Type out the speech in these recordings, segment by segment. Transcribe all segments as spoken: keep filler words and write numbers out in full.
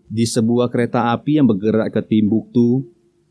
Di sebuah kereta api yang bergerak ke Timbuktu,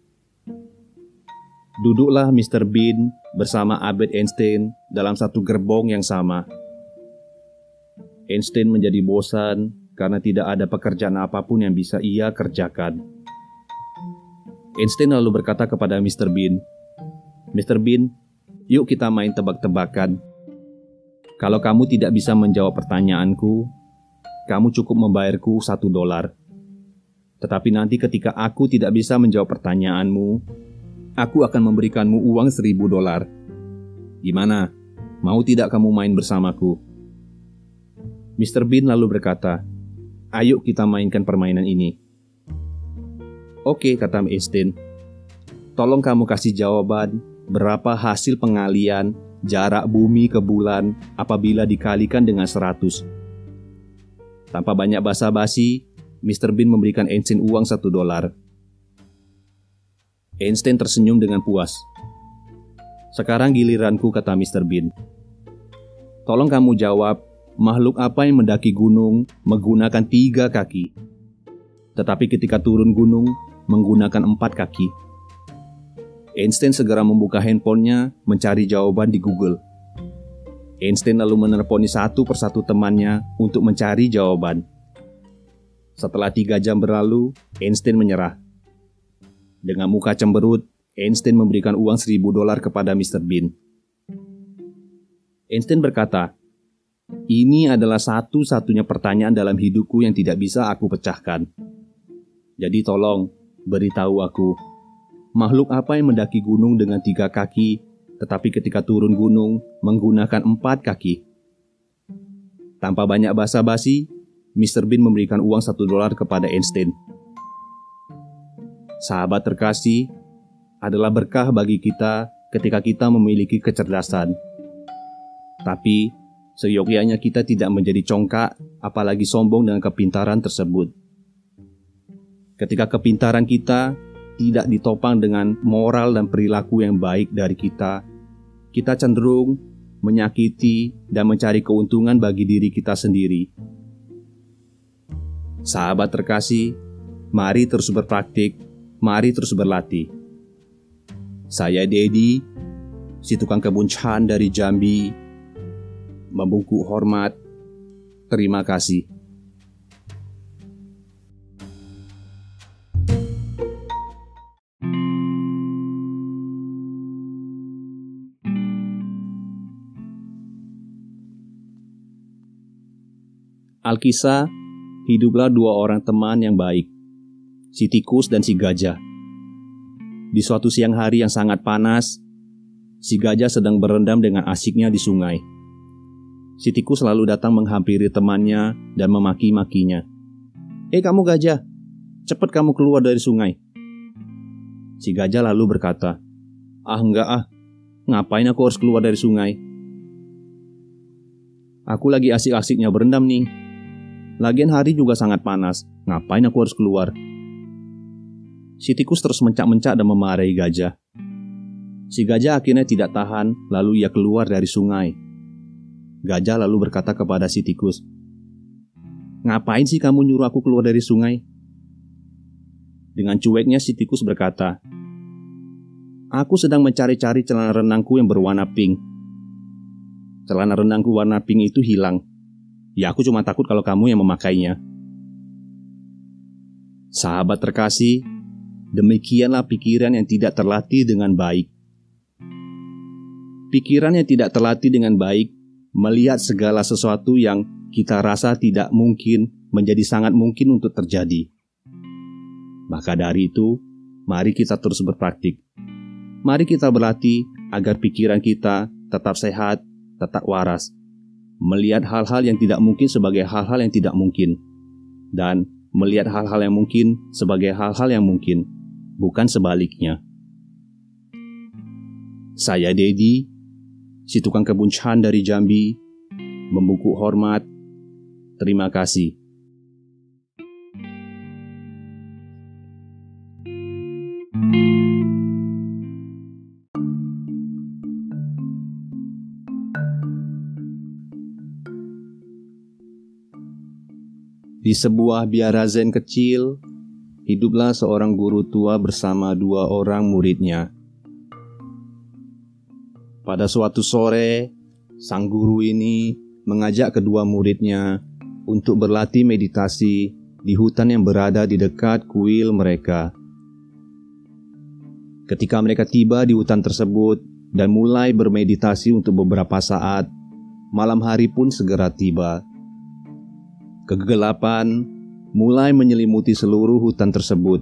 duduklah mister Bean bersama Albert Einstein dalam satu gerbong yang sama. Einstein menjadi bosan karena tidak ada pekerjaan apapun yang bisa ia kerjakan. Einstein lalu berkata kepada mister Bean, "mister Bean, yuk kita main tebak-tebakan. Kalau kamu tidak bisa menjawab pertanyaanku, kamu cukup membayarku satu dolar. Tetapi nanti ketika aku tidak bisa menjawab pertanyaanmu, aku akan memberikanmu uang seribu dolar. Gimana? Mau tidak kamu main bersamaku?" mister Bean lalu berkata, "Ayo kita mainkan permainan ini." "Oke," kata Einstein. "Tolong kamu kasih jawaban berapa hasil pengalian jarak bumi ke bulan apabila dikalikan dengan seratus. Tanpa banyak basa-basi, mister Bean memberikan Einstein uang satu dolar. Einstein tersenyum dengan puas. "Sekarang giliranku," kata mister Bean. "Tolong kamu jawab, makhluk apa yang mendaki gunung menggunakan tiga kaki, tetapi ketika turun gunung menggunakan empat kaki?" Einstein segera membuka handphonenya mencari jawaban di Google. Einstein lalu menelponi satu persatu temannya untuk mencari jawaban. Setelah tiga jam berlalu, Einstein menyerah. Dengan muka cemberut, Einstein memberikan uang seribu dolar kepada mister Bean. Einstein berkata, "Ini adalah satu-satunya pertanyaan dalam hidupku yang tidak bisa aku pecahkan. Jadi tolong, beritahu aku, makhluk apa yang mendaki gunung dengan tiga kaki, tetapi ketika turun gunung menggunakan empat kaki?" Tanpa banyak basa-basi, mister Bean memberikan uang satu dolar kepada Einstein. Sahabat terkasih, adalah berkah bagi kita ketika kita memiliki kecerdasan. Tapi, seyogyanya kita tidak menjadi congkak, apalagi sombong dengan kepintaran tersebut. Ketika kepintaran kita tidak ditopang dengan moral dan perilaku yang baik dari kita, kita cenderung menyakiti dan mencari keuntungan bagi diri kita sendiri. Sahabat terkasih, mari terus berpraktik, mari terus berlatih. Saya Dedi, si tukang kebun Chan dari Jambi, membungkuk hormat. Terima kasih. Alkisah, hiduplah dua orang teman yang baik, si tikus dan si gajah. Di suatu siang hari yang sangat panas, si gajah sedang berendam dengan asiknya di sungai. Si tikus selalu datang menghampiri temannya dan memaki-makinya. "Eh kamu gajah, cepat kamu keluar dari sungai." Si gajah lalu berkata, "Ah enggak ah, ngapain aku harus keluar dari sungai? Aku lagi asik-asiknya berendam nih. Lagian hari juga sangat panas, ngapain aku harus keluar?" Si tikus terus mencak-mencak dan memarahi gajah. Si gajah akhirnya tidak tahan, lalu ia keluar dari sungai. Gajah lalu berkata kepada si tikus, "Ngapain sih kamu nyuruh aku keluar dari sungai?" Dengan cueknya si tikus berkata, "Aku sedang mencari-cari celana renangku yang berwarna pink. Celana renangku warna pink itu hilang. Ya aku cuma takut kalau kamu yang memakainya." Sahabat terkasih, demikianlah pikiran yang tidak terlatih dengan baik. Pikiran yang tidak terlatih dengan baik melihat segala sesuatu yang kita rasa tidak mungkin menjadi sangat mungkin untuk terjadi. Maka dari itu, mari kita terus berpraktik. Mari kita berlatih agar pikiran kita tetap sehat, tetap waras. Melihat hal-hal yang tidak mungkin sebagai hal-hal yang tidak mungkin. Dan melihat hal-hal yang mungkin sebagai hal-hal yang mungkin, bukan sebaliknya. Saya Dedi, si tukang kebun Chan dari Jambi, membungkuk hormat. Terima kasih. Di sebuah biara zen kecil, hiduplah seorang guru tua bersama dua orang muridnya. Pada suatu sore, sang guru ini mengajak kedua muridnya untuk berlatih meditasi di hutan yang berada di dekat kuil mereka. Ketika mereka tiba di hutan tersebut dan mulai bermeditasi untuk beberapa saat, malam hari pun segera tiba. Kegelapan mulai menyelimuti seluruh hutan tersebut.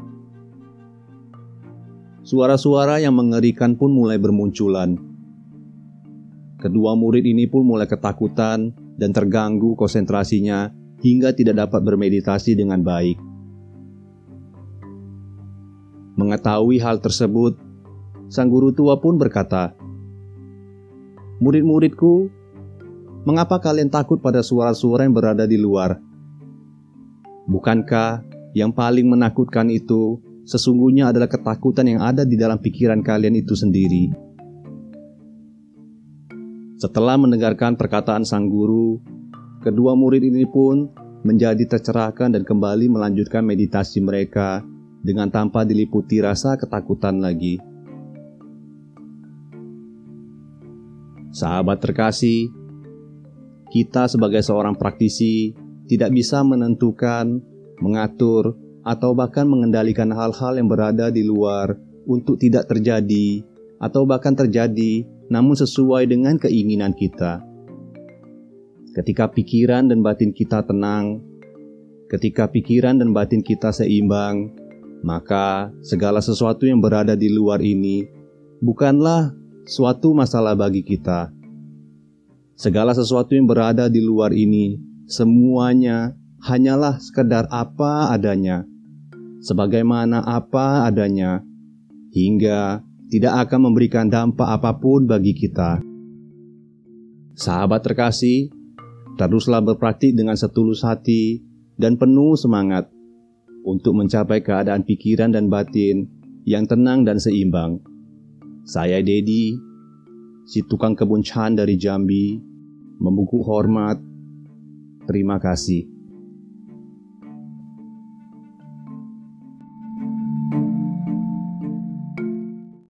Suara-suara yang mengerikan pun mulai bermunculan. Kedua murid ini pun mulai ketakutan dan terganggu konsentrasinya hingga tidak dapat bermeditasi dengan baik. Mengetahui hal tersebut, sang guru tua pun berkata, "Murid-muridku, mengapa kalian takut pada suara-suara yang berada di luar? Bukankah yang paling menakutkan itu sesungguhnya adalah ketakutan yang ada di dalam pikiran kalian itu sendiri?" Setelah mendengarkan perkataan sang guru, kedua murid ini pun menjadi tercerahkan dan kembali melanjutkan meditasi mereka dengan tanpa diliputi rasa ketakutan lagi. Sahabat terkasih, kita sebagai seorang praktisi tidak bisa menentukan, mengatur, atau bahkan mengendalikan hal-hal yang berada di luar untuk tidak terjadi, atau bahkan terjadi namun sesuai dengan keinginan kita. Ketika pikiran dan batin kita tenang, ketika pikiran dan batin kita seimbang, maka segala sesuatu yang berada di luar ini bukanlah suatu masalah bagi kita. Segala sesuatu yang berada di luar ini, semuanya hanyalah sekedar apa adanya, sebagaimana apa adanya, hingga tidak akan memberikan dampak apapun bagi kita. Sahabat terkasih, teruslah berpraktik dengan setulus hati dan penuh semangat untuk mencapai keadaan pikiran dan batin yang tenang dan seimbang. Saya Dedi, si tukang kebun Chan dari Jambi, membungkuk hormat. Terima kasih.